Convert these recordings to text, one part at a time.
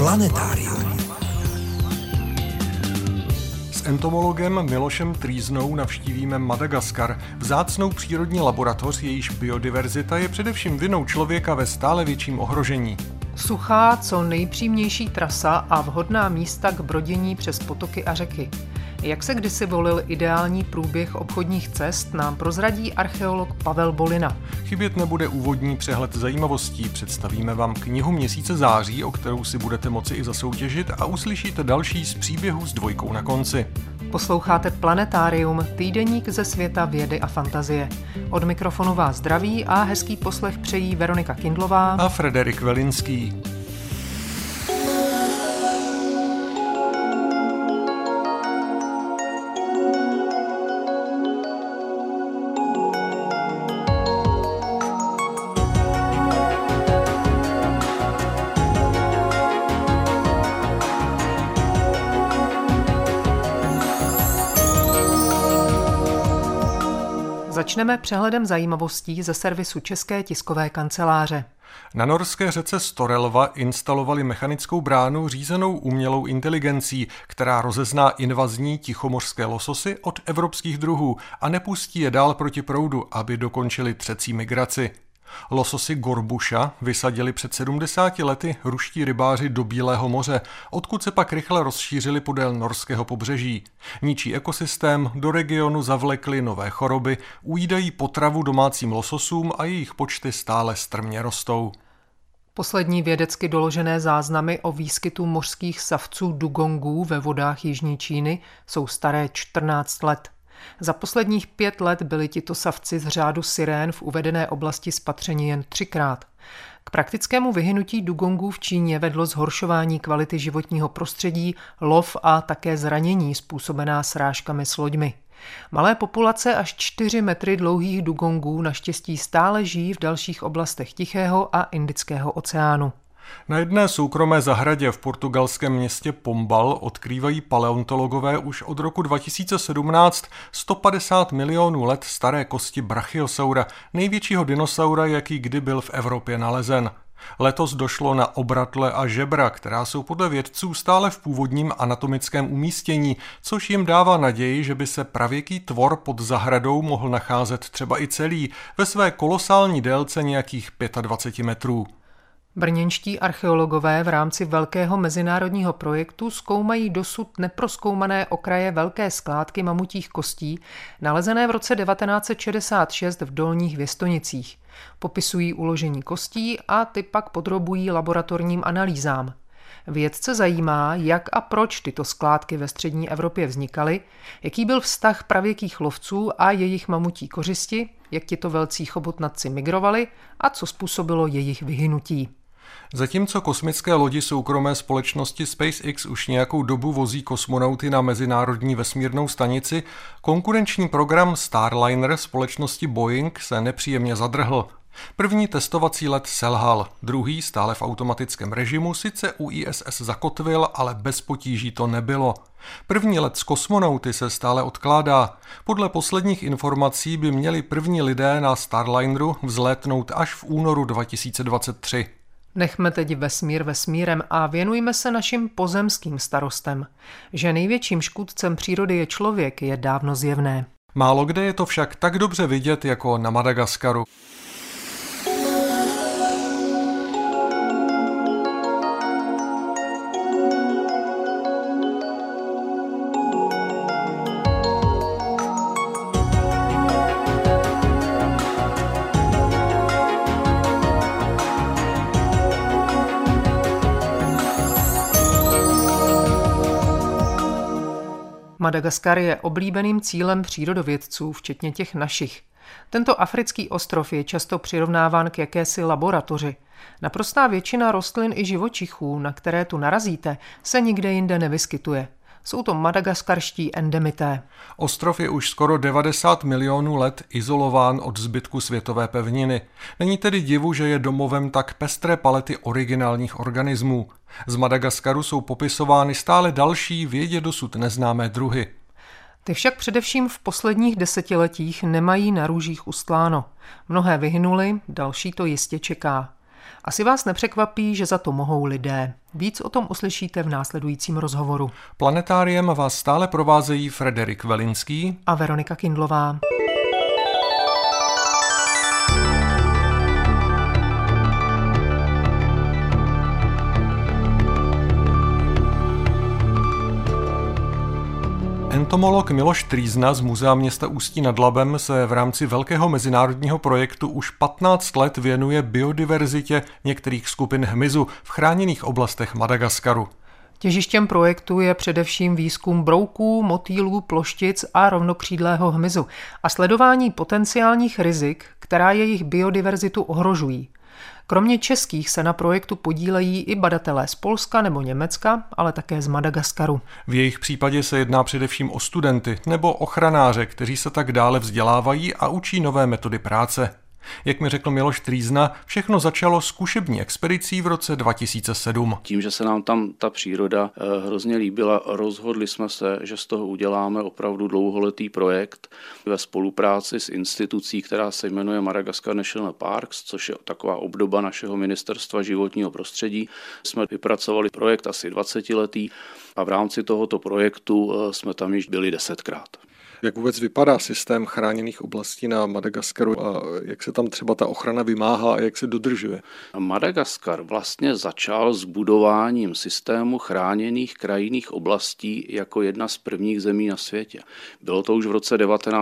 Planetárium. S entomologem Milošem Trýznou navštívíme Madagaskar, vzácnou přírodní laboratoř, jejíž biodiverzita je především vinou člověka ve stále větším ohrožení. Suchá, co nejpřímější trasa a vhodná místa k brodění přes potoky a řeky. Jak se kdysi volil ideální průběh obchodních cest, nám prozradí archeolog Pavel Bolina. Chybět nebude úvodní přehled zajímavostí. Představíme vám knihu měsíce září, o kterou si budete moci i zasoutěžit, a uslyšíte další z příběhů s dvojkou na konci. Posloucháte Planetárium, týdeník ze světa vědy a fantazie. Od mikrofonu vás zdraví a hezký poslech přejí Veronika Kindlová a Frederik Velinský. Začneme přehledem zajímavostí ze servisu České tiskové kanceláře. Na norské řece Storelva instalovali mechanickou bránu řízenou umělou inteligencí, která rozezná invazní tichomořské lososy od evropských druhů a nepustí je dál proti proudu, aby dokončili třecí migraci. Lososy gorbuša vysadili před 70 lety ruští rybáři do Bílého moře, odkud se pak rychle rozšířili podél norského pobřeží. Ničí ekosystém, do regionu zavlekly nové choroby, ujídají potravu domácím lososům a jejich počty stále strmě rostou. Poslední vědecky doložené záznamy o výskytu mořských savců dugongů ve vodách jižní Číny jsou staré 14 let. Za posledních 5 let byli tito savci z řádu sirén v uvedené oblasti spatřeni jen 3krát. K praktickému vyhynutí dugongů v Číně vedlo zhoršování kvality životního prostředí, lov a také zranění způsobená srážkami s loďmi. Malé populace až 4 metry dlouhých dugongů naštěstí stále žijí v dalších oblastech Tichého a Indického oceánu. Na jedné soukromé zahradě v portugalském městě Pombal odkrývají paleontologové už od roku 2017 150 milionů let staré kosti brachiosaura, největšího dinosaura, jaký kdy byl v Evropě nalezen. Letos došlo na obratle a žebra, která jsou podle vědců stále v původním anatomickém umístění, což jim dává naději, že by se pravěký tvor pod zahradou mohl nacházet třeba i celý, ve své kolosální délce nějakých 25 metrů. Brněnští archeologové v rámci velkého mezinárodního projektu zkoumají dosud neprozkoumané okraje velké skládky mamutích kostí, nalezené v roce 1966 v Dolních Věstonicích. Popisují uložení kostí a ty pak podrobují laboratorním analýzám. Vědce zajímá, jak a proč tyto skládky ve střední Evropě vznikaly, jaký byl vztah pravěkých lovců a jejich mamutí kořisti, jak tito velcí chobotnatci migrovali a co způsobilo jejich vyhynutí. Zatímco kosmické lodi soukromé společnosti SpaceX už nějakou dobu vozí kosmonauty na mezinárodní vesmírnou stanici, konkurenční program Starliner společnosti Boeing se nepříjemně zadrhl. První testovací let selhal, druhý stále v automatickém režimu sice u ISS zakotvil, ale bez potíží to nebylo. První let s kosmonauty se stále odkládá. Podle posledních informací by měli první lidé na Starlineru vzlétnout až v únoru 2023. Nechme teď vesmír vesmírem a věnujme se našim pozemským starostem. Že největším škůdcem přírody je člověk, je dávno zjevné. Málo kde je to však tak dobře vidět jako na Madagaskaru. Madagaskar je oblíbeným cílem přírodovědců, včetně těch našich. Tento africký ostrov je často přirovnáván k jakési laboratoři. Naprostá většina rostlin i živočichů, na které tu narazíte, se nikde jinde nevyskytuje. Jsou to madagaskarští endemité. Ostrov je už skoro 90 milionů let izolován od zbytku světové pevniny. Není tedy divu, že je domovem tak pestré palety originálních organismů. Z Madagaskaru jsou popisovány stále další vědě dosud neznámé druhy. Ty však především v posledních desetiletích nemají na růžích ustláno. Mnohé vyhynuly, další to jistě čeká. Asi vás nepřekvapí, že za to mohou lidé. Víc o tom uslyšíte v následujícím rozhovoru. Planetáriem vás stále provázejí Frederik Velinský a Veronika Kindlová. Entomolog Miloš Trýzna z Muzea města Ústí nad Labem se v rámci velkého mezinárodního projektu už 15 let věnuje biodiverzitě některých skupin hmyzu v chráněných oblastech Madagaskaru. Těžištěm projektu je především výzkum brouků, motýlů, ploštic a rovnokřídlého hmyzu a sledování potenciálních rizik, která jejich biodiverzitu ohrožují. Kromě českých se na projektu podílejí i badatelé z Polska nebo Německa, ale také z Madagaskaru. V jejich případě se jedná především o studenty nebo ochranáře, kteří se tak dále vzdělávají a učí nové metody práce. Jak mi řekl Miloš Trýzna, všechno začalo zkušební expedicí v roce 2007. Tím, že se nám tam ta příroda hrozně líbila, rozhodli jsme se, že z toho uděláme opravdu dlouholetý projekt ve spolupráci s institucí, která se jmenuje Madagascar National Parks, což je taková obdoba našeho ministerstva životního prostředí. Jsme vypracovali projekt asi 20letý a v rámci tohoto projektu jsme tam již byli 10krát. Jak vůbec vypadá systém chráněných oblastí na Madagaskaru a jak se tam třeba ta ochrana vymáhá a jak se dodržuje? Madagaskar vlastně začal s budováním systému chráněných krajinných oblastí jako jedna z prvních zemí na světě. Bylo to už v roce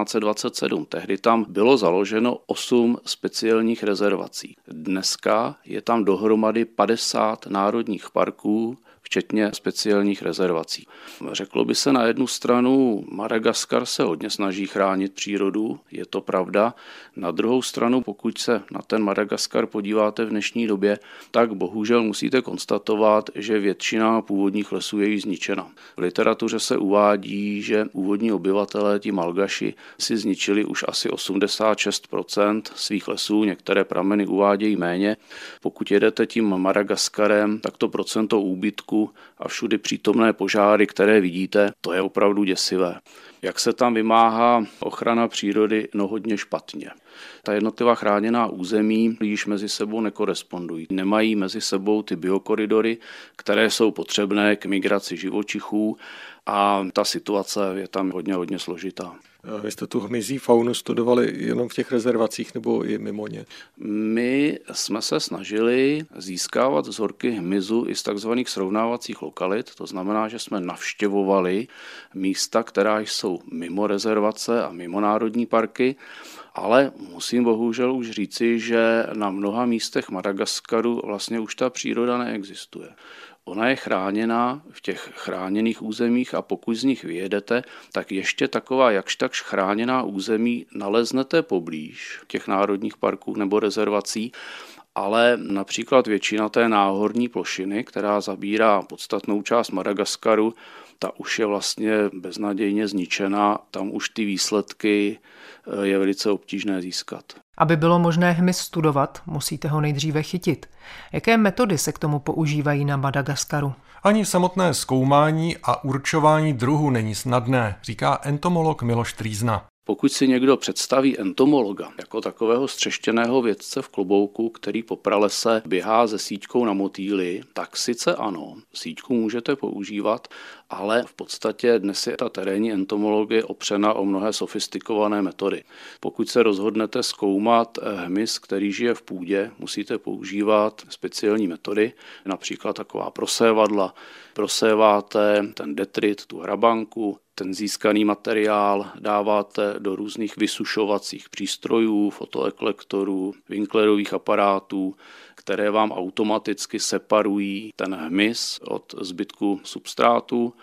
1927. Tehdy tam bylo založeno 8 speciálních rezervací. Dneska je tam dohromady 50 národních parků, včetně speciálních rezervací. Řeklo by se na jednu stranu, Madagaskar se hodně snaží chránit přírodu, je to pravda. Na druhou stranu, pokud se na ten Madagaskar podíváte v dnešní době, tak bohužel musíte konstatovat, že většina původních lesů je již zničena. V literatuře se uvádí, že původní obyvatelé, ti Malgaši, si zničili už asi 86% svých lesů, některé prameny uvádějí méně. Pokud jedete tím Madagaskarem, tak to procento úbytku a všudy přítomné požáry, které vidíte, to je opravdu děsivé. Jak se tam vymáhá ochrana přírody? No hodně špatně. Ta jednotlivá chráněná území již mezi sebou nekorespondují. Nemají mezi sebou ty biokoridory, které jsou potřebné k migraci živočichů a ta situace je tam hodně složitá. Vy jste tu hmyzí faunu studovali jenom v těch rezervacích nebo i mimo ně? My jsme se snažili získávat vzorky hmyzu i z takzvaných srovnávacích lokalit, to znamená, že jsme navštěvovali místa, která jsou mimo rezervace a mimo národní parky, ale musím bohužel už říci, že na mnoha místech Madagaskaru vlastně už ta příroda neexistuje. Ona je chráněná v těch chráněných územích a pokud z nich vyjedete, tak ještě taková jakž takž chráněná území naleznete poblíž těch národních parků nebo rezervací, ale například většina té náhorní plošiny, která zabírá podstatnou část Madagaskaru, ta už je vlastně beznadějně zničena, tam už ty výsledky je velice obtížné získat. Aby bylo možné hmyz studovat, musíte ho nejdříve chytit. Jaké metody se k tomu používají na Madagaskaru? Ani samotné zkoumání a určování druhu není snadné, říká entomolog Miloš Trýzna. Pokud si někdo představí entomologa jako takového střeštěného vědce v klobouku, který po pralese běhá se síťkou na motýly, tak sice ano, síťku můžete používat, ale v podstatě dnes je ta terénní entomologie opřena o mnohé sofistikované metody. Pokud se rozhodnete zkoumat hmyz, který žije v půdě, musíte používat speciální metody, například taková prosévadla. Proséváte ten detrit, tu hrabanku, ten získaný materiál dáváte do různých vysušovacích přístrojů, fotoeklektorů, Winklerových aparátů, které vám automaticky separují ten hmyz od zbytku substrátu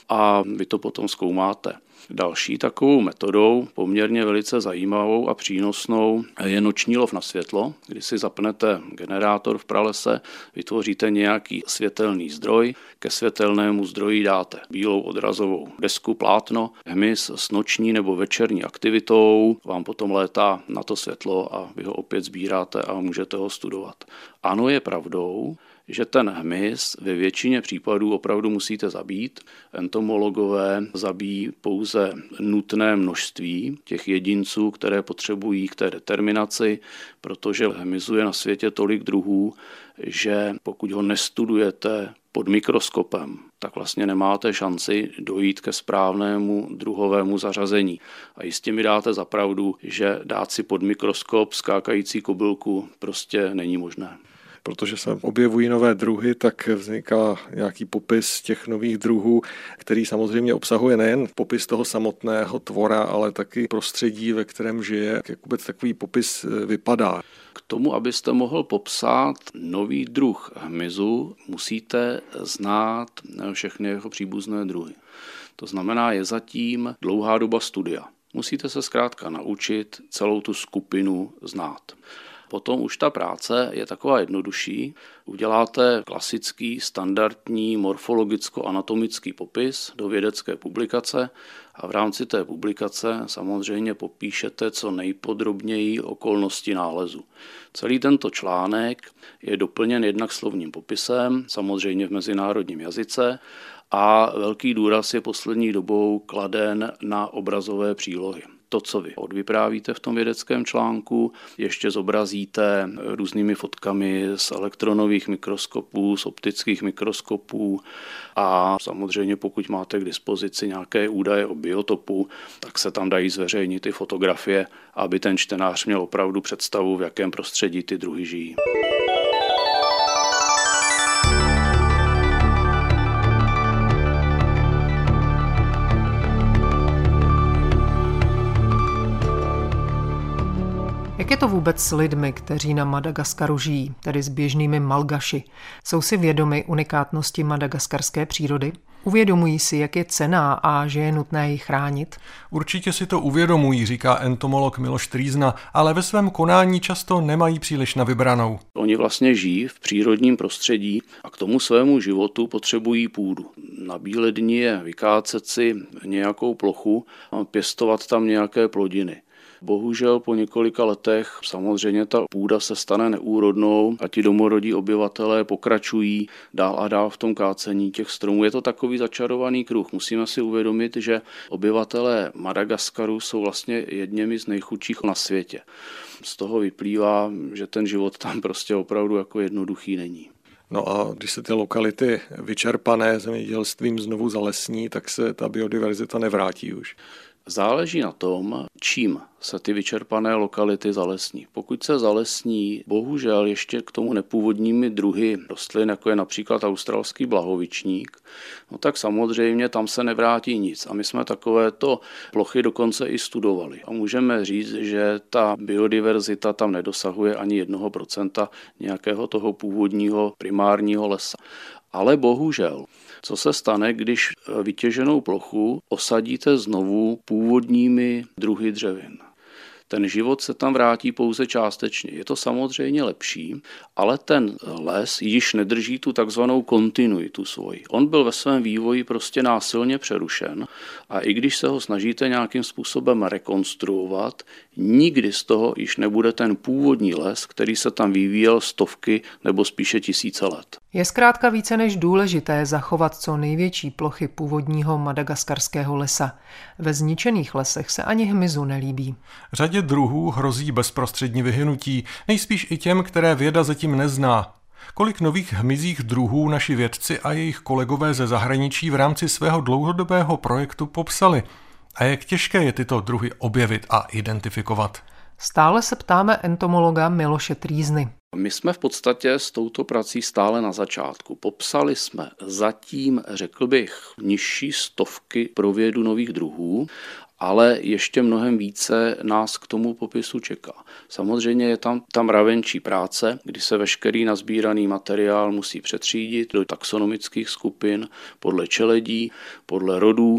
a vy to potom zkoumáte. Další takovou metodou, poměrně velice zajímavou a přínosnou, je noční lov na světlo, kdy si zapnete generátor v pralese, vytvoříte nějaký světelný zdroj, ke světelnému zdroji dáte bílou odrazovou desku, plátno, hmyz s noční nebo večerní aktivitou vám potom létá na to světlo a vy ho opět sbíráte a můžete ho studovat. Ano, je pravdou, že ten hmyz ve většině případů opravdu musíte zabít. Entomologové zabíjí pouze nutné množství těch jedinců, které potřebují k té determinaci, protože hmyzu je na světě tolik druhů, že pokud ho nestudujete pod mikroskopem, tak vlastně nemáte šanci dojít ke správnému druhovému zařazení. A jistě mi dáte za pravdu, že dát si pod mikroskop skákající kobylku prostě není možné. Protože se objevují nové druhy, tak vzniká nějaký popis těch nových druhů, který samozřejmě obsahuje nejen popis toho samotného tvora, ale taky prostředí, ve kterém žije, jak vůbec takový popis vypadá. K tomu, abyste mohl popsat nový druh hmyzu, musíte znát všechny jeho příbuzné druhy. To znamená, je zatím dlouhá doba studia. Musíte se zkrátka naučit celou tu skupinu znát. Potom už ta práce je taková jednodušší. Uděláte klasický, standardní morfologicko-anatomický popis do vědecké publikace a v rámci té publikace samozřejmě popíšete co nejpodrobněji okolnosti nálezu. Celý tento článek je doplněn jednak slovním popisem, samozřejmě v mezinárodním jazyce, a velký důraz je poslední dobou kladen na obrazové přílohy. To, co vy odvyprávíte v tom vědeckém článku, ještě zobrazíte různými fotkami z elektronových mikroskopů, z optických mikroskopů a samozřejmě pokud máte k dispozici nějaké údaje o biotopu, tak se tam dají zveřejnit i fotografie, aby ten čtenář měl opravdu představu, v jakém prostředí ty druhy žijí. Jak je to vůbec s lidmi, kteří na Madagaskaru žijí, tedy s běžnými Malgaši? Jsou si vědomi unikátnosti madagaskarské přírody? Uvědomují si, jak je cenná a že je nutné ji chránit? Určitě si to uvědomují, říká entomolog Miloš Trýzna, ale ve svém konání často nemají příliš na vybranou. Oni vlastně žijí v přírodním prostředí a k tomu svému životu potřebují půdu. Na bílé dni je vykácet si nějakou plochu a pěstovat tam nějaké plodiny. Bohužel po několika letech samozřejmě ta půda se stane neúrodnou a ti domorodí obyvatelé pokračují dál a dál v tom kácení těch stromů. Je to takový začarovaný kruh. Musíme si uvědomit, že obyvatelé Madagaskaru jsou vlastně jedněmi z nejchudších na světě. Z toho vyplývá, že ten život tam prostě opravdu jako jednoduchý není. No a když se ty lokality vyčerpané zemědělstvím znovu zalesní, tak se ta biodiverzita nevrátí už. Záleží na tom, čím se ty vyčerpané lokality zalesní. Pokud se zalesní bohužel ještě k tomu nepůvodními druhy rostlin, jako je například australský blahovičník, no tak samozřejmě tam se nevrátí nic. A my jsme takovéto plochy dokonce i studovali. A můžeme říct, že ta biodiverzita tam nedosahuje ani 1% nějakého toho původního primárního lesa. Ale bohužel, co se stane, když vytěženou plochu osadíte znovu původními druhy dřevin? Ten život se tam vrátí pouze částečně. Je to samozřejmě lepší, ale ten les již nedrží tu takzvanou kontinuitu svoji. On byl ve svém vývoji prostě násilně přerušen a i když se ho snažíte nějakým způsobem rekonstruovat, nikdy z toho již nebude ten původní les, který se tam vyvíjel stovky nebo spíše tisíce let. Je zkrátka více než důležité zachovat co největší plochy původního madagaskarského lesa. Ve zničených lesech se ani hmyzu nelíbí. Řadě druhů hrozí bezprostřední vyhynutí, nejspíš i těm, které věda zatím nezná. Kolik nových hmyzích druhů naši vědci a jejich kolegové ze zahraničí v rámci svého dlouhodobého projektu popsali? A jak těžké je tyto druhy objevit a identifikovat? Stále se ptáme entomologa Miloše Trýzny. My jsme v podstatě s touto prací stále na začátku. Popsali jsme zatím, řekl bych, nižší stovky pro vědu nových druhů, ale ještě mnohem více nás k tomu popisu čeká. Samozřejmě je tam mravenčí práce, kdy se veškerý nazbíraný materiál musí přetřídit do taxonomických skupin podle čeledí, podle rodů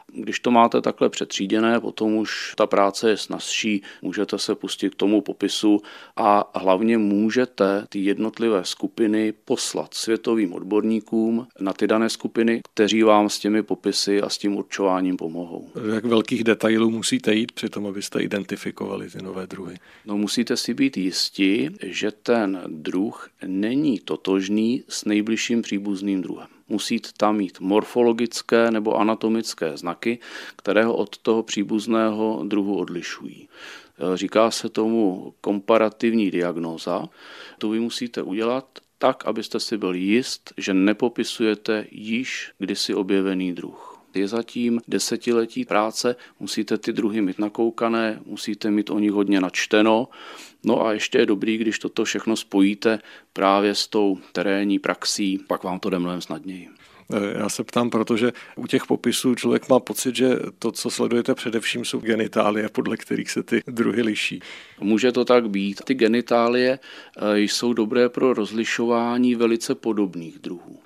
Když to máte takhle přetříděné, potom už ta práce je snazší, můžete se pustit k tomu popisu a hlavně můžete ty jednotlivé skupiny poslat světovým odborníkům na ty dané skupiny, kteří vám s těmi popisy a s tím určováním pomohou. Jak velkých detailů musíte jít při tom, abyste identifikovali ty nové druhy? No, musíte si být jisti, že ten druh není totožný s nejbližším příbuzným druhem. Musíte tam mít morfologické nebo anatomické znaky, které ho od toho příbuzného druhu odlišují. Říká se tomu komparativní diagnóza. To vy musíte udělat tak, abyste si byl jist, že nepopisujete již kdysi objevený druh. Je zatím desetiletí práce, musíte ty druhy mít nakoukané, musíte mít o nich hodně načteno. No a ještě je dobrý, když toto všechno spojíte právě s tou terénní praxí, pak vám to jde mnohem snadněji. Já se ptám, protože u těch popisů člověk má pocit, že to, co sledujete především, jsou genitálie, podle kterých se ty druhy liší. Může to tak být. Ty genitálie jsou dobré pro rozlišování velice podobných druhů.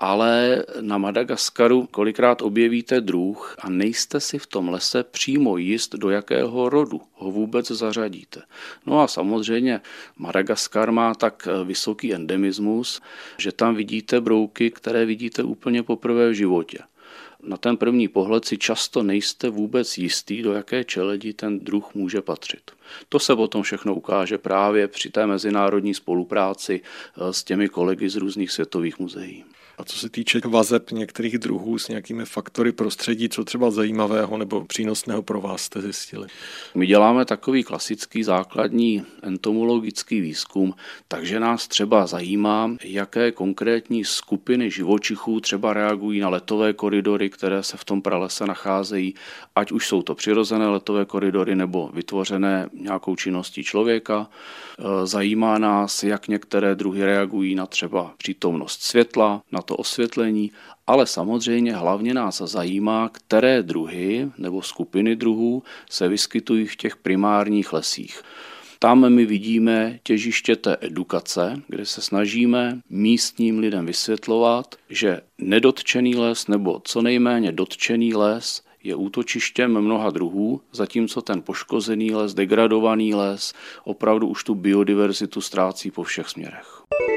Ale na Madagaskaru kolikrát objevíte druh a nejste si v tom lese přímo jist, do jakého rodu ho vůbec zařadíte. No a samozřejmě Madagaskar má tak vysoký endemismus, že tam vidíte brouky, které vidíte úplně poprvé v životě. Na ten první pohled si často nejste vůbec jistý, do jaké čeledi ten druh může patřit. To se potom všechno ukáže právě při té mezinárodní spolupráci s těmi kolegy z různých světových muzeí. A co se týče vazeb některých druhů s nějakými faktory prostředí, co třeba zajímavého nebo přínosného pro vás jste zjistili? My děláme takový klasický základní entomologický výzkum, takže nás třeba zajímá, jaké konkrétní skupiny živočichů třeba reagují na letové koridory, které se v tom pralese nacházejí, ať už jsou to přirozené letové koridory nebo vytvořené nějakou činností člověka. Zajímá nás, jak některé druhy reagují na třeba přítomnost světla, na to osvětlení, ale samozřejmě hlavně nás zajímá, které druhy nebo skupiny druhů se vyskytují v těch primárních lesích. Tam my vidíme těžiště té edukace, kde se snažíme místním lidem vysvětlovat, že nedotčený les nebo co nejméně dotčený les je útočištěm mnoha druhů, zatímco ten poškozený les, degradovaný les opravdu už tu biodiverzitu ztrácí po všech směrech.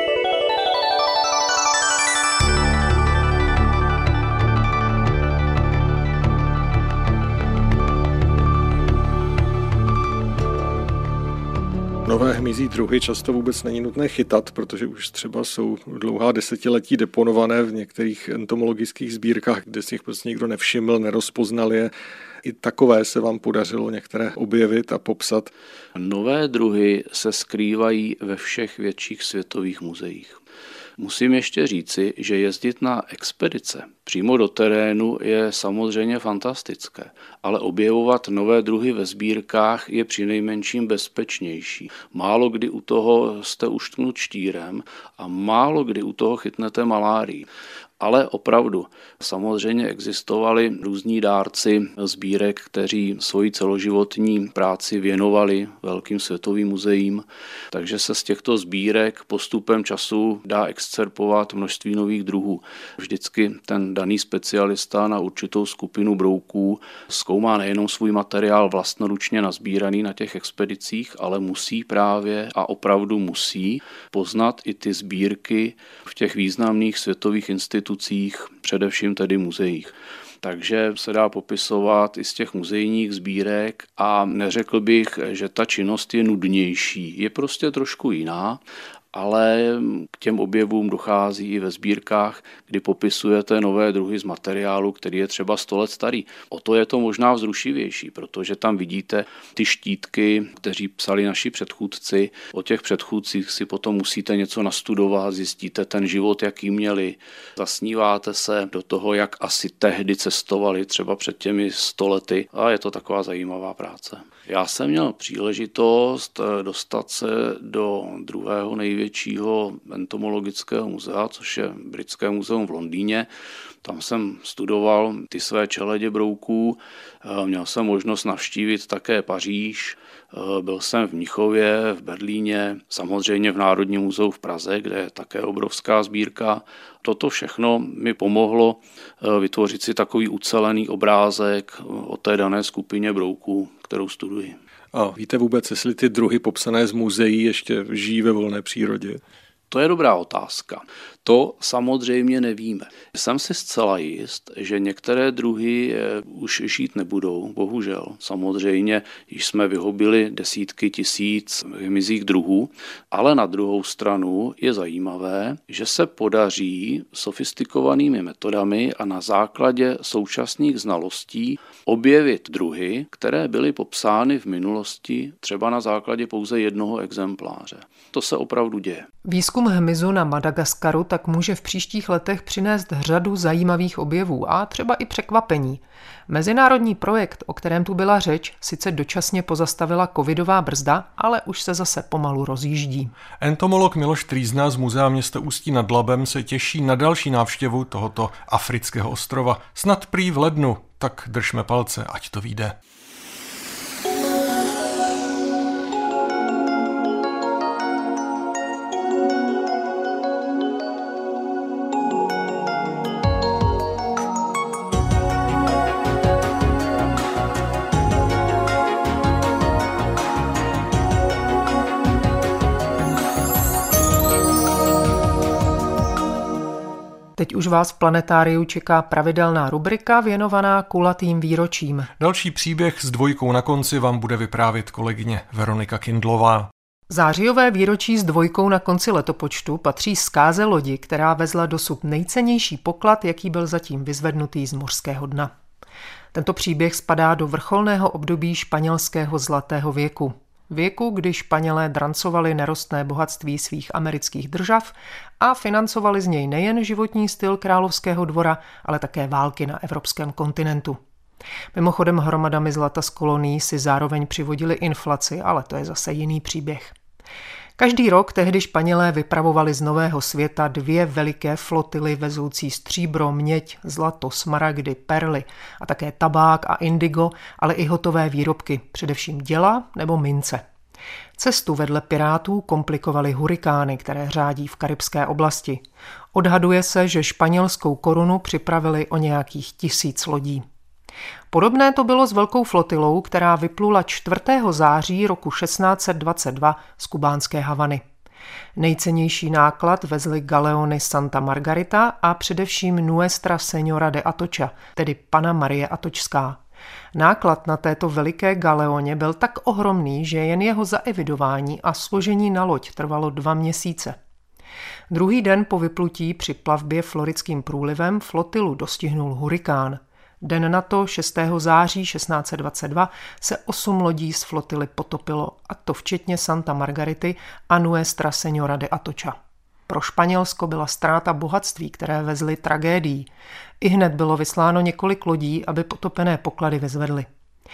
Nové hmyzí druhy často vůbec není nutné chytat, protože už třeba jsou dlouhá desetiletí deponované v některých entomologických sbírkách, kde si jich prostě nikdo nevšiml, nerozpoznal je. I takové se vám podařilo některé objevit a popsat. Nové druhy se skrývají ve všech větších světových muzeích. Musím ještě říci, že jezdit na expedice přímo do terénu je samozřejmě fantastické, ale objevovat nové druhy ve sbírkách je přinejmenším bezpečnější. Málo kdy u toho jste uštknut štírem a málo kdy u toho chytnete malárii. Ale opravdu, samozřejmě existovali různí dárci sbírek, kteří svoji celoživotní práci věnovali velkým světovým muzeím, takže se z těchto sbírek postupem času dá excerpovat množství nových druhů. Vždycky ten daný specialista na určitou skupinu brouků zkoumá nejenom svůj materiál vlastnoručně nazbíraný na těch expedicích, ale musí právě a opravdu musí poznat i ty sbírky v těch významných světových institucích, především tedy muzeích. Takže se dá popisovat i z těch muzejních sbírek a neřekl bych, že ta činnost je nudnější. Je prostě trošku jiná, ale k těm objevům dochází i ve sbírkách, kdy popisujete nové druhy z materiálu, který je třeba 100 let starý. O to je to možná vzrušivější, protože tam vidíte ty štítky, kteří psali naši předchůdci. O těch předchůdcích si potom musíte něco nastudovat, zjistíte ten život, jaký měli. Zasníváte se do toho, jak asi tehdy cestovali třeba před těmi 100 lety a je to taková zajímavá práce. Já jsem měl příležitost dostat se do druhého největšího největšího entomologického muzea, což je Britské muzeum v Londýně. Tam jsem studoval ty své čeledě brouků, měl jsem možnost navštívit také Paříž, byl jsem v Mnichově, v Berlíně, samozřejmě v Národním muzeu v Praze, kde je také obrovská sbírka. Toto všechno mi pomohlo vytvořit si takový ucelený obrázek o té dané skupině brouků, kterou studuji. A víte vůbec, jestli ty druhy popsané z muzeí ještě žijí ve volné přírodě? To je dobrá otázka. To samozřejmě nevíme. Jsem si zcela jist, že některé druhy už žít nebudou, bohužel. Samozřejmě již jsme vyhubili desítky tisíc hmyzích druhů, ale na druhou stranu je zajímavé, že se podaří sofistikovanými metodami a na základě současných znalostí objevit druhy, které byly popsány v minulosti třeba na základě pouze jednoho exempláře. To se opravdu děje. Výzkum hmyzu na Madagaskaru tak může v příštích letech přinést řadu zajímavých objevů a třeba i překvapení. Mezinárodní projekt, o kterém tu byla řeč, sice dočasně pozastavila covidová brzda, ale už se zase pomalu rozjíždí. Entomolog Miloš Trýzna z Muzea města Ústí nad Labem se těší na další návštěvu tohoto afrického ostrova. Snad prý v lednu, tak držme palce, ať to vyjde. Teď už vás v Planetáriu čeká pravidelná rubrika věnovaná kulatým výročím. Další příběh s dvojkou na konci vám bude vyprávět kolegyně Veronika Kindlová. Zářijové výročí s dvojkou na konci letopočtu patří zkáze lodi, která vezla dosud nejcennější poklad, jaký byl zatím vyzvednutý z mořského dna. Tento příběh spadá do vrcholného období španělského zlatého věku. Věku, kdy Španělé drancovali nerostné bohatství svých amerických držav a financovali z něj nejen životní styl královského dvora, ale také války na evropském kontinentu. Mimochodem hromadami zlata z kolonií si zároveň přivodili inflaci, ale to je zase jiný příběh. Každý rok tehdy Španělé vypravovali z Nového světa 2 veliké flotily vezoucí stříbro, měď, zlato, smaragdy, perly a také tabák a indigo, ale i hotové výrobky, především děla nebo mince. Cestu vedle pirátů komplikovaly hurikány, které řádí v karibské oblasti. Odhaduje se, že španělskou korunu připravili o nějakých 1000 lodí. Podobné to bylo s velkou flotilou, která vyplula 4. září roku 1622 z kubánské Havany. Nejcennější náklad vezly galeony Santa Margarita a především Nuestra Señora de Atocha, tedy Panna Marie Atočská. Náklad na této veliké galeoně byl tak ohromný, že jen jeho zaevidování a složení na loď trvalo 2 měsíce. Druhý den po vyplutí při plavbě floridským průlivem flotilu dostihnul hurikán. Den na to, 6. září 1622, se 8 lodí z flotily potopilo, a to včetně Santa Margarity a Nuestra Señora de Atocha. Pro Španělsko byla ztráta bohatství, které vezly tragédií. Ihned bylo vysláno několik lodí, aby potopené poklady vyzvedly.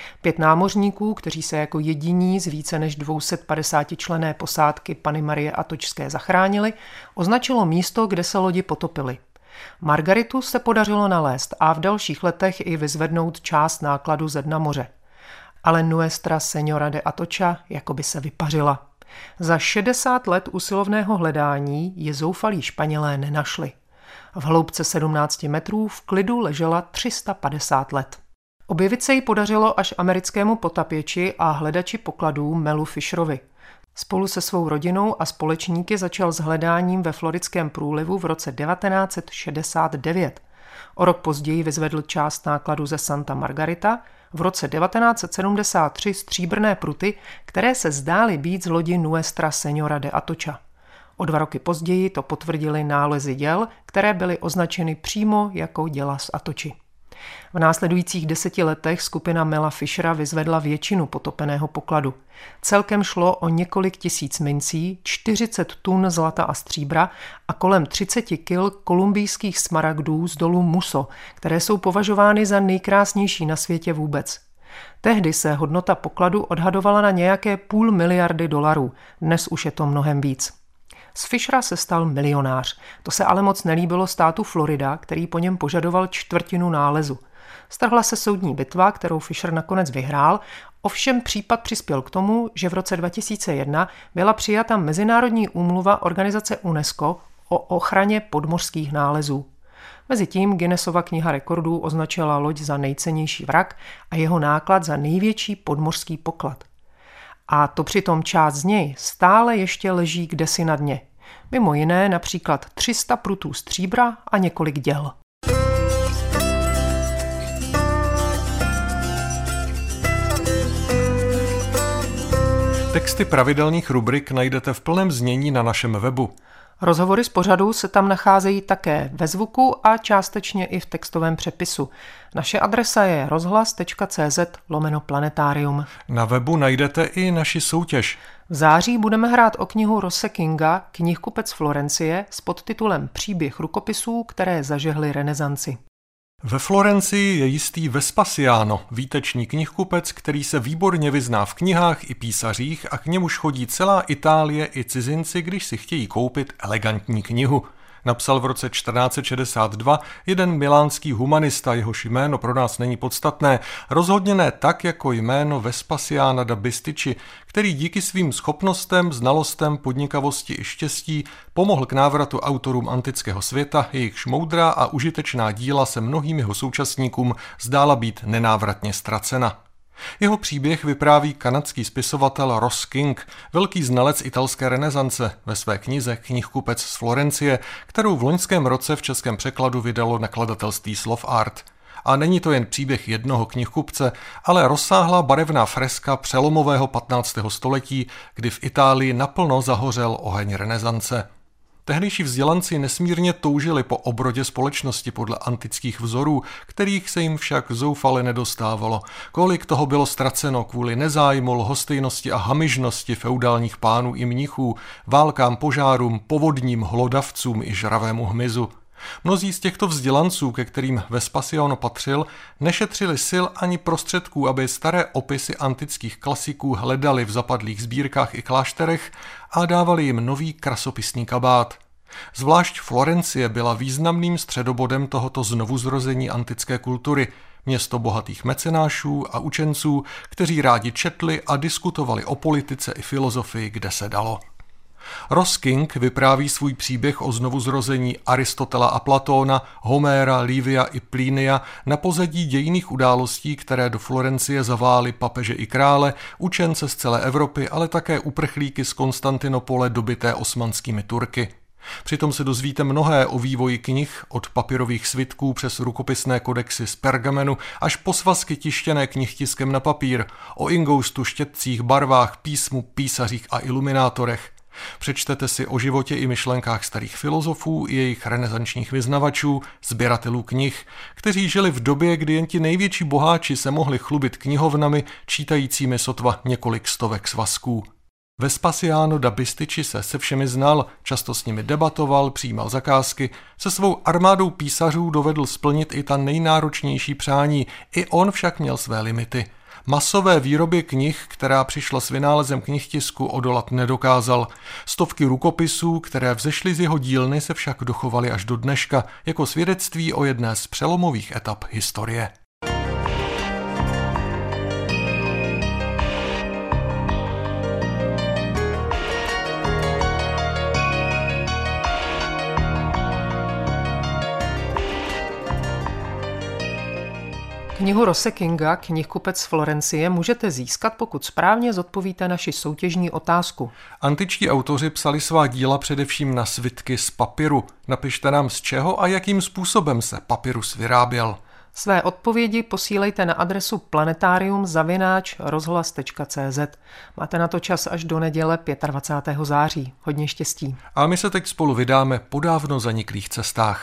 5 námořníků, kteří se jako jediní z více než 250členné posádky Panny Marie Atočské zachránili, označilo místo, kde se lodi potopily. Margaritu se podařilo nalézt a v dalších letech i vyzvednout část nákladu ze dna moře. Ale Nuestra Señora de Atocha jakoby se vypařila. Za 60 let usilovného hledání ji zoufalí Španělé nenašli. V hloubce 17 metrů v klidu ležela 350 let. Objevit se jí podařilo až americkému potapěči a hledači pokladů Melu Fisherovi. Spolu se svou rodinou a společníky začal s hledáním ve floridském průlivu v roce 1969. O rok později vyzvedl část nákladu ze Santa Margarita, v roce 1973 stříbrné pruty, které se zdály být z lodi Nuestra Señora de Atocha. O 2 roky později to potvrdili nálezy děl, které byly označeny přímo jako děla z Atochy. V následujících 10 letech skupina Mela Fishera vyzvedla většinu potopeného pokladu. Celkem šlo o několik tisíc mincí, 40 tun zlata a stříbra a kolem 30 kil kolumbijských smaragdů z dolu Muso, které jsou považovány za nejkrásnější na světě vůbec. Tehdy se hodnota pokladu odhadovala na nějaké $500 miliardy, dnes už je to mnohem víc. Z Fishera se stal milionář. To se ale moc nelíbilo státu Florida, který po něm požadoval čtvrtinu nálezu. Strhla se soudní bitva, kterou Fisher nakonec vyhrál, ovšem případ přispěl k tomu, že v roce 2001 byla přijata mezinárodní úmluva organizace UNESCO o ochraně podmořských nálezů. Mezitím Guinnessova kniha rekordů označila loď za nejcennější vrak a jeho náklad za největší podmořský poklad. A to přitom část z něj stále ještě leží kdesi na dně. Mimo jiné například 300 prutů stříbra a několik děl. Texty pravidelných rubrik najdete v plném znění na našem webu. Rozhovory z pořadu se tam nacházejí také ve zvuku a částečně i v textovém přepisu. Naše adresa je rozhlas.cz/planetarium. Na webu najdete i naši soutěž. V září budeme hrát o knihu Rosse Kinga, Knihkupec Florencie, s podtitulem Příběh rukopisů, které zažehly renesanci. Ve Florencii je jistý Vespasiano, výtečný knihkupec, který se výborně vyzná v knihách i písařích a k němuž chodí celá Itálie i cizinci, když si chtějí koupit elegantní knihu. Napsal v roce 1462 jeden milánský humanista, jehož jméno pro nás není podstatné, rozhodně ne tak jako jméno Vespasiana da Bisticci, který díky svým schopnostem, znalostem, podnikavosti i štěstí pomohl k návratu autorům antického světa, jejichž moudrá a užitečná díla se mnohým jeho současníkům zdála být nenávratně ztracena. Jeho příběh vypráví kanadský spisovatel Ross King, velký znalec italské renesance, ve své knize Knihkupec z Florencie, kterou v loňském roce v českém překladu vydalo nakladatelství Slov Art. A není to jen příběh jednoho knihkupce, ale rozsáhlá barevná freska přelomového 15. století, kdy v Itálii naplno zahořel oheň renesance. Tehdejší vzdělanci nesmírně toužili po obrodě společnosti podle antických vzorů, kterých se jim však zoufale nedostávalo. Kolik toho bylo ztraceno kvůli nezájmu, lhostejnosti a hamižnosti feudálních pánů i mnichů, válkám, požárům, povodním, hlodavcům i žravému hmyzu. Mnozí z těchto vzdělanců, ke kterým Vespasiano patřil, nešetřili sil ani prostředků, aby staré opisy antických klasiků hledali v zapadlých sbírkách i klášterech a dávali jim nový krasopisný kabát. Zvlášť Florencie byla významným středobodem tohoto znovuzrození antické kultury, město bohatých mecenášů a učenců, kteří rádi četli a diskutovali o politice i filozofii, kde se dalo. Ross King vypráví svůj příběh o znovuzrození Aristotela a Platóna, Homéra, Livia i Plínia na pozadí dějinných událostí, které do Florencie zavály papeže i krále, učence z celé Evropy, ale také uprchlíky z Konstantinopole dobyté osmanskými Turky. Přitom se dozvíte mnohé o vývoji knih, od papírových svitků přes rukopisné kodexy z pergamenu až po svazky tištěné knihtiskem na papír, o ingoustu, štětcích, barvách, písmu, písařích a iluminátorech. Přečtete si o životě i myšlenkách starých filozofů i jejich renesančních vyznavačů, sběratelů knih, kteří žili v době, kdy jen ti největší boháči se mohli chlubit knihovnami čítajícími sotva několik stovek svazků. Vespasiano da Bisticci se všemi znal, často s nimi debatoval, přijímal zakázky, se svou armádou písařů dovedl splnit i ta nejnáročnější přání, i on však měl své limity. Masové výrobě knih, která přišla s vynálezem knihtisku, odolat nedokázal. Stovky rukopisů, které vzešly z jeho dílny, se však dochovaly až do dneška jako svědectví o jedné z přelomových etap historie. Knihu Rosse Kinga, Knihkupec z Florencie, můžete získat, pokud správně zodpovíte naši soutěžní otázku. Antičtí autoři psali svá díla především na svitky z papíru. Napište nám, z čeho a jakým způsobem se papyrus vyráběl. Své odpovědi posílejte na adresu planetarium@rozhlas.cz. Máte na to čas až do neděle 25. září. Hodně štěstí. A my se teď spolu vydáme po dávno zaniklých cestách.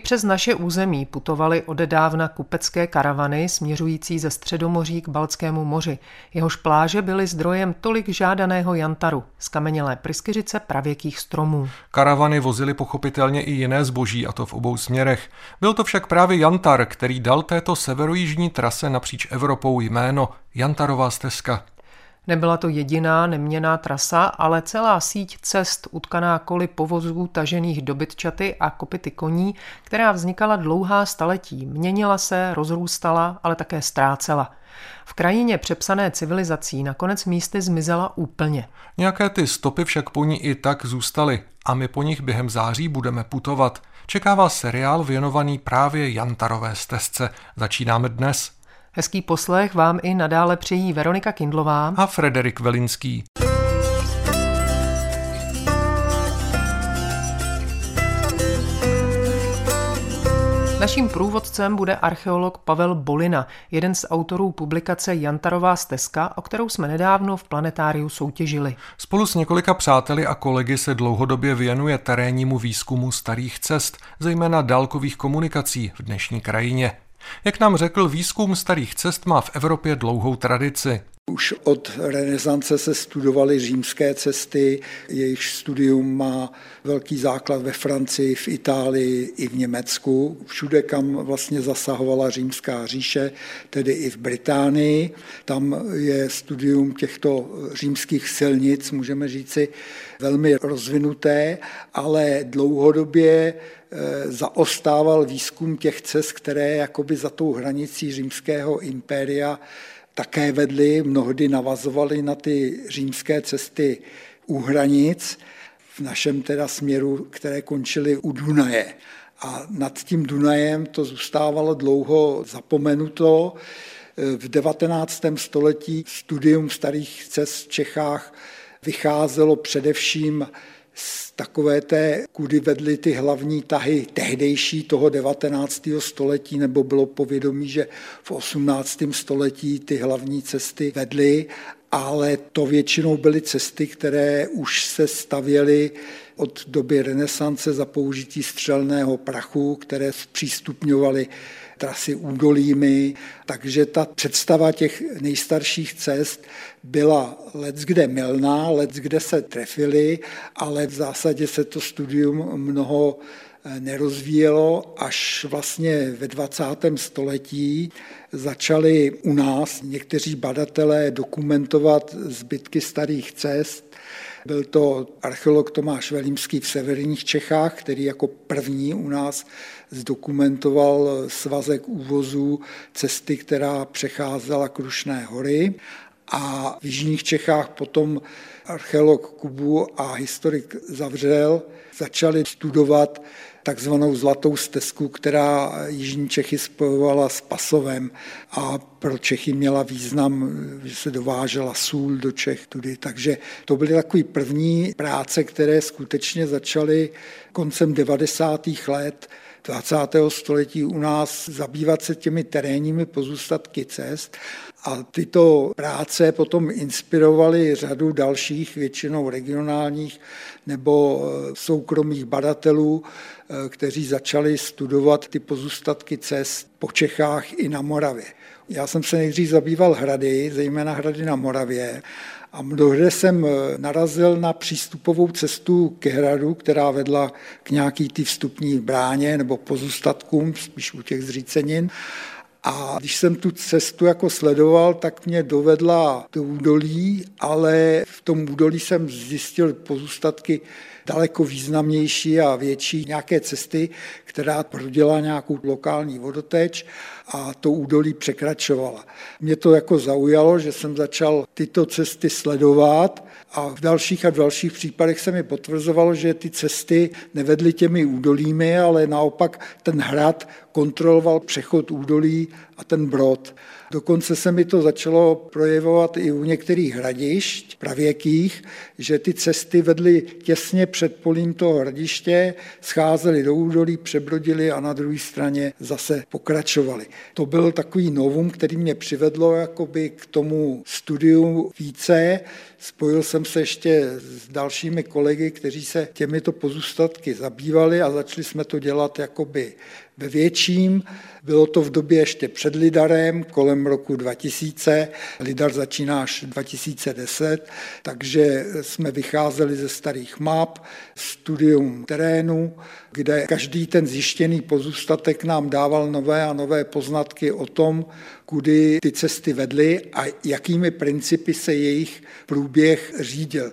přes naše území putovaly odedávna kupecké karavany směřující ze Středomoří k Baltskému moři. Jehož pláže byly zdrojem tolik žádaného jantaru, zkamenělé pryskyřice pravěkých stromů. Karavany vozily pochopitelně i jiné zboží, a to v obou směrech. Byl to však právě jantar, který dal této severojižní trase napříč Evropou jméno Jantarová stezka. Nebyla to jediná neměnná trasa, ale celá síť cest utkaná koly povozů tažených dobytčaty a kopyty koní, která vznikala dlouhá staletí, měnila se, rozrůstala, ale také ztrácela. V krajině přepsané civilizací nakonec místy zmizela úplně. Nějaké ty stopy však po ní i tak zůstaly a my po nich během září budeme putovat. Čeká vás seriál věnovaný právě Jantarové stezce. Začínáme dnes. Hezký poslech vám i nadále přejí Veronika Kindlová a Frederik Velinský. Naším průvodcem bude archeolog Pavel Bolina, jeden z autorů publikace Jantarová stezka, o kterou jsme nedávno v Planetáriu soutěžili. Spolu s několika přáteli a kolegy se dlouhodobě věnuje terénnímu výzkumu starých cest, zejména dálkových komunikací v dnešní krajině. Jak nám řekl, výzkum starých cest má v Evropě dlouhou tradici. Už od renesance se studovaly římské cesty, jejich studium má velký základ ve Francii, v Itálii i v Německu. Všude, kam vlastně zasahovala římská říše, tedy i v Británii. Tam je studium těchto římských silnic, můžeme říci, velmi rozvinuté, ale dlouhodobě zaostával výzkum těch cest, které jakoby za tou hranicí římského impéria také vedly, mnohdy navazovaly na ty římské cesty u hranic, v našem teda směru, které končily u Dunaje. A nad tím Dunajem to zůstávalo dlouho zapomenuto. V 19. století studium starých cest v Čechách vycházelo především z takové té, kudy vedly ty hlavní tahy tehdejší toho 19. století, nebo bylo povědomí, že v 18. století ty hlavní cesty vedly, ale to většinou byly cesty, které už se stavěly od doby renesance za použití střelného prachu, které zpřístupňovaly trasy údolími, takže ta představa těch nejstarších cest byla leckde mylná, leckde se trefily, ale v zásadě se to studium mnoho nerozvíjelo, až vlastně ve 20. století začali u nás někteří badatelé dokumentovat zbytky starých cest. Byl to archeolog Tomáš Velimský v severních Čechách, který jako první u nás zdokumentoval svazek úvozů cesty, která přecházela Krušné hory. A v jižních Čechách potom archeolog Kubu a historik Zavřel začali studovat takzvanou Zlatou stezku, která jižní Čechy spojovala s Pasovem a pro Čechy měla význam, že se dovážela sůl do Čech tudy. Takže to byly takové první práce, které skutečně začaly koncem 90. let 20. století u nás zabývat se těmi terénními pozůstatky cest. A tyto práce potom inspirovaly řadu dalších, většinou regionálních nebo soukromých badatelů, kteří začali studovat ty pozůstatky cest po Čechách i na Moravě. Já jsem se nejdřív zabýval hrady, zejména hrady na Moravě, a mnohde jsem narazil na přístupovou cestu ke hradu, která vedla k nějaký ty vstupní bráně nebo pozůstatkům, spíš u těch zřícenin. A když jsem tu cestu jako sledoval, tak mě dovedla do údolí, ale v tom údolí jsem zjistil pozůstatky daleko významnější a větší nějaké cesty, která prodělala nějakou lokální vodoteč a to údolí překračovala. Mě to jako zaujalo, že jsem začal tyto cesty sledovat a v dalších případech se mi potvrzovalo, že ty cesty nevedly těmi údolími, ale naopak ten hrad kontroloval přechod údolí a ten brod. Dokonce se mi to začalo projevovat i u některých hradišť pravěkých, že ty cesty vedly těsně před polím toho hradiště, scházely do údolí, přebrodily a na druhé straně zase pokračovaly. To byl takový novum, který mě přivedlo jakoby k tomu studiu více. Spojil jsem se ještě s dalšími kolegy, kteří se těmito pozůstatky zabývali a začali jsme to dělat jakoby ve větším. Bylo to v době ještě před lidarem, kolem roku 2000. Lidar začíná až 2010, takže jsme vycházeli ze starých map, studium terénu, kde každý ten zjištěný pozůstatek nám dával nové a nové poznatky o tom, kudy ty cesty vedly a jakými principy se jejich průběh řídil.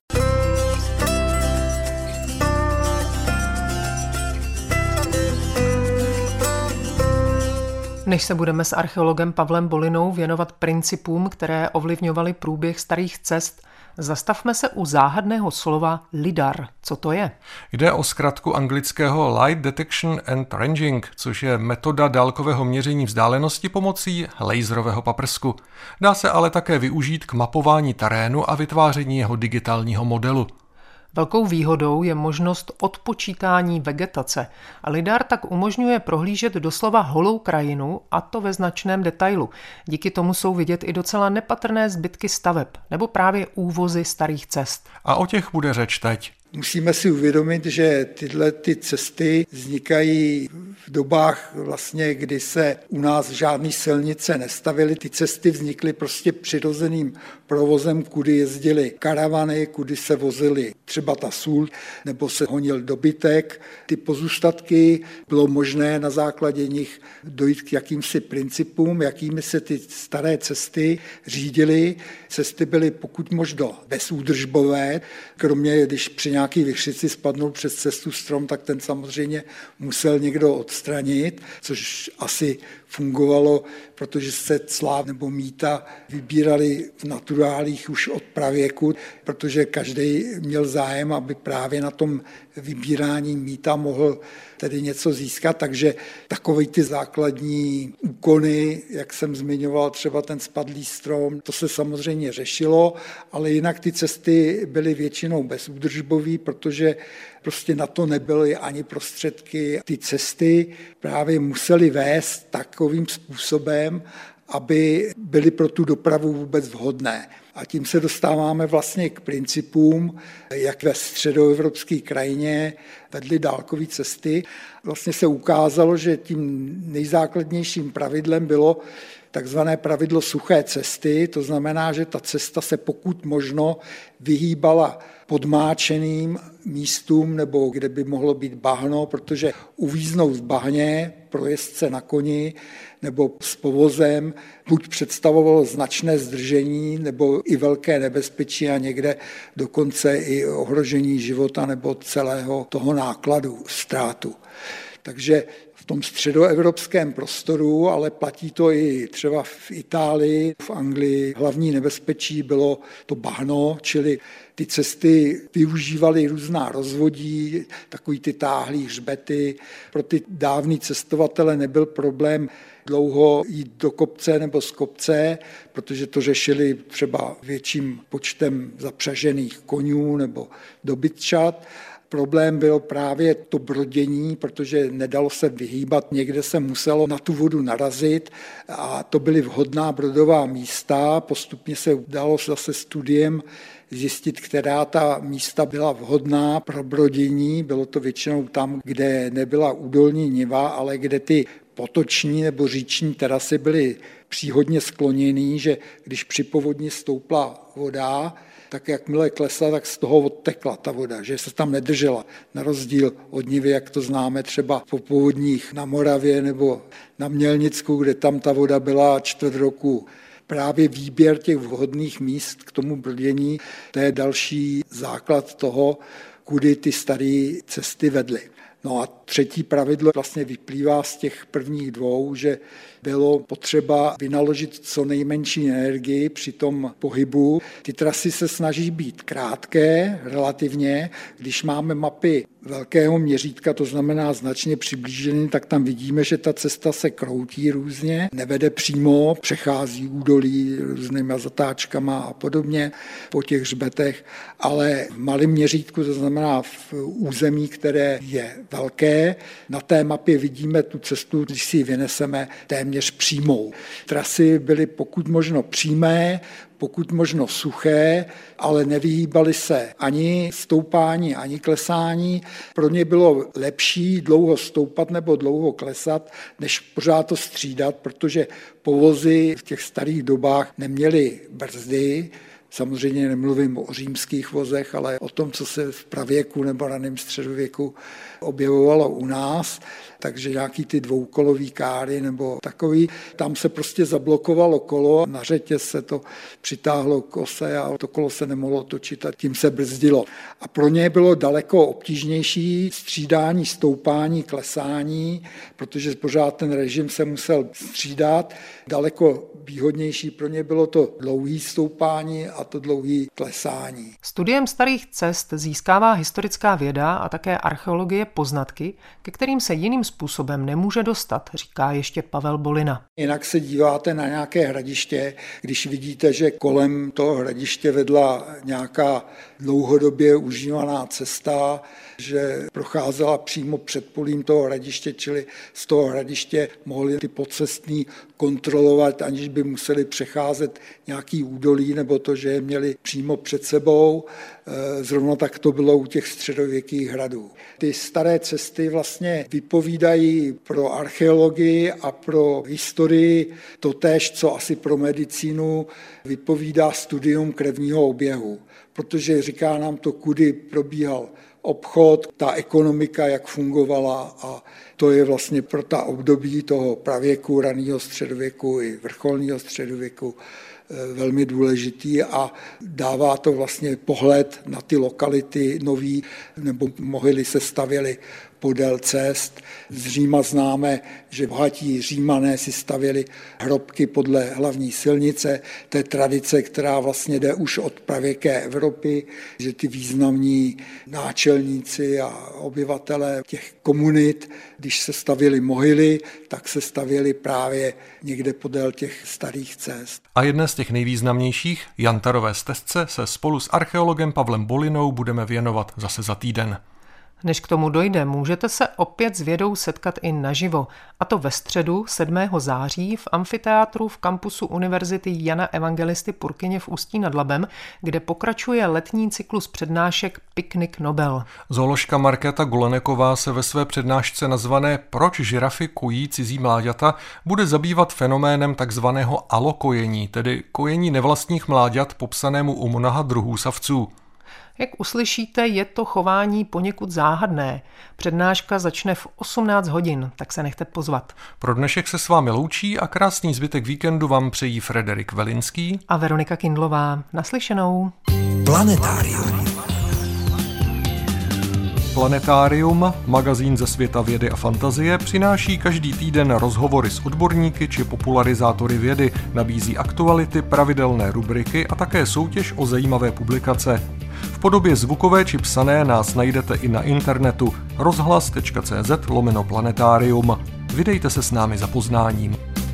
Než se budeme s archeologem Pavlem Bolinou věnovat principům, které ovlivňovaly průběh starých cest, zastavme se u záhadného slova lidar. Co to je? Jde o zkratku anglického Light Detection and Ranging, což je metoda dálkového měření vzdálenosti pomocí laserového paprsku. Dá se ale také využít k mapování terénu a vytváření jeho digitálního modelu. Velkou výhodou je možnost odpočítání vegetace a lidar tak umožňuje prohlížet doslova holou krajinu, a to ve značném detailu. Díky tomu jsou vidět i docela nepatrné zbytky staveb nebo právě úvozy starých cest. A o těch bude řeč teď. Musíme si uvědomit, že tyhle ty cesty vznikají v dobách vlastně, kdy se u nás žádné silnice nestavily. Ty cesty vznikly prostě přirozeným provozem, kudy jezdily karavany, kudy se vozily třeba ta sůl, nebo se honil dobytek. Ty pozůstatky bylo možné na základě nich dojít k jakýmsi principům, jakými se ty staré cesty řídily. Cesty byly pokud možno bezúdržbové, kromě když při nějaký vichřici spadnul přes cestu strom, tak ten samozřejmě musel někdo odstranit, což asi fungovalo, protože se cla nebo mýta vybírali v naturálích už od pravěku, protože každý měl zájem, aby právě na tom vybírání mýta mohl tedy něco získat, takže takové ty základní úkony, jak jsem zmiňoval, třeba ten spadlý strom, to se samozřejmě řešilo, ale jinak ty cesty byly většinou bezúdržbové, protože prostě na to nebyly ani prostředky. Ty cesty právě musely vést takovým způsobem, aby byly pro tu dopravu vůbec vhodné. A tím se dostáváme vlastně k principům, jak ve středoevropské krajině vedly dálkové cesty. Vlastně se ukázalo, že tím nejzákladnějším pravidlem bylo takzvané pravidlo suché cesty, to znamená, že ta cesta se pokud možno vyhýbala podmáčeným místům nebo kde by mohlo být bahno, protože uvíznout v bahně pro jezdce na koni nebo s povozem buď představovalo značné zdržení nebo i velké nebezpečí a někde dokonce i ohrožení života nebo celého toho nákladu, ztrátu. Takže v tom středoevropském prostoru, ale platí to i třeba v Itálii, v Anglii. Hlavní nebezpečí bylo to bahno, čili ty cesty využívaly různá rozvodí, takový ty táhlý hřbety. Pro ty dávný cestovatele nebyl problém dlouho jít do kopce nebo z kopce, protože to řešili třeba větším počtem zapřažených konňů nebo dobytčat. Problém bylo právě to brodění, protože nedalo se vyhýbat, někde se muselo na tu vodu narazit a to byly vhodná brodová místa. Postupně se dalo zase studiem zjistit, která ta místa byla vhodná pro brodění. Bylo to většinou tam, kde nebyla údolní niva, ale kde ty potoční nebo říční terasy byly příhodně skloněný, že když při povodni stoupla voda, tak jakmile klesla, tak z toho odtekla ta voda, že se tam nedržela. Na rozdíl od nivy, jak to známe třeba po povodních na Moravě nebo na Mělnicku, kde tam ta voda byla čtvrt roku. Právě výběr těch vhodných míst k tomu brodění, to je další základ toho, kudy ty staré cesty vedly. No a třetí pravidlo vlastně vyplývá z těch prvních dvou, že bylo potřeba vynaložit co nejmenší energii při tom pohybu. Ty trasy se snaží být krátké relativně. Když máme mapy velkého měřítka, to znamená značně přiblížený, tak tam vidíme, že ta cesta se kroutí různě, nevede přímo, přechází údolí různýma zatáčkama a podobně po těch hřbetech, ale v malém měřítku, to znamená v území, které je velké, na té mapě vidíme tu cestu, když si ji vyneseme téměř přímou. Trasy byly pokud možno přímé, pokud možno suché, ale nevyhýbaly se ani stoupání, ani klesání. Pro ně bylo lepší dlouho stoupat nebo dlouho klesat, než pořád to střídat, protože povozy v těch starých dobách neměly brzdy. Samozřejmě nemluvím o římských vozech, ale o tom, co se v pravěku nebo raném středověku objevovalo u nás. Takže nějaký ty dvoukolový káry nebo takový, tam se prostě zablokovalo kolo, na řetě se to přitáhlo k ose a to kolo se nemohlo točit a tím se brzdilo. A pro ně bylo daleko obtížnější střídání, stoupání, klesání, protože pořád ten režim se musel střídat. Daleko výhodnější pro ně bylo to dlouhé stoupání a to dlouhé klesání. Studiem starých cest získává historická věda a také archeologie poznatky, ke kterým se jiným způsobem nemůže dostat, říká ještě Pavel Bolina. Jinak se díváte na nějaké hradiště, když vidíte, že kolem toho hradiště vedla nějaká dlouhodobě užívaná cesta, že procházela přímo před polím toho hradiště, čili z toho hradiště mohli ty podcestní kontrolovat, aniž by museli přecházet nějaký údolí nebo to, že je měli přímo před sebou. Zrovna tak to bylo u těch středověkých hradů. Ty staré cesty vlastně vypovídají pro archeologii a pro historii totéž, co asi pro medicínu vypovídá studium krevního oběhu, protože říká nám to, kudy probíhal obchod, ta ekonomika, jak fungovala a to je vlastně pro ta období toho pravěku, raného středověku i vrcholného středověku velmi důležitý a dává to vlastně pohled na ty lokality nový, nebo mohyly se stavěly podél cest. Z Říma známe, že bohatí Římané si stavěli hrobky podle hlavní silnice. To je tradice, která vlastně jde už od pravěké Evropy, že ty významní náčelníci a obyvatelé těch komunit, když se stavěly mohyly, tak se stavěly právě někde podél těch starých cest. A jedné z těch nejvýznamnějších, Jantarové stezce, se spolu s archeologem Pavlem Bolinou budeme věnovat zase za týden. Než k tomu dojde, můžete se opět s vědou setkat i naživo, a to ve středu 7. září v amfiteátru v kampusu Univerzity Jana Evangelisty Purkyně v Ústí nad Labem, kde pokračuje letní cyklus přednášek Piknik Nobel. Zooložka Markéta Goleneková se ve své přednášce nazvané Proč žirafy kojí cizí mláďata bude zabývat fenoménem takzvaného alokojení, tedy kojení nevlastních mláďat popsanému u mnoha druhů savců. Jak uslyšíte, je to chování poněkud záhadné. Přednáška začne v 18 hodin, tak se nechte pozvat. Pro dnešek se s vámi loučí a krásný zbytek víkendu vám přejí Frederik Velinský a Veronika Kindlová. Naslyšenou. Planetárium. Planetárium, magazín ze světa vědy a fantazie, přináší každý týden rozhovory s odborníky či popularizátory vědy, nabízí aktuality, pravidelné rubriky a také soutěž o zajímavé publikace. V podobě zvukové či psané nás najdete i na internetu rozhlas.cz/planetárium. Vydejte se s námi za poznáním.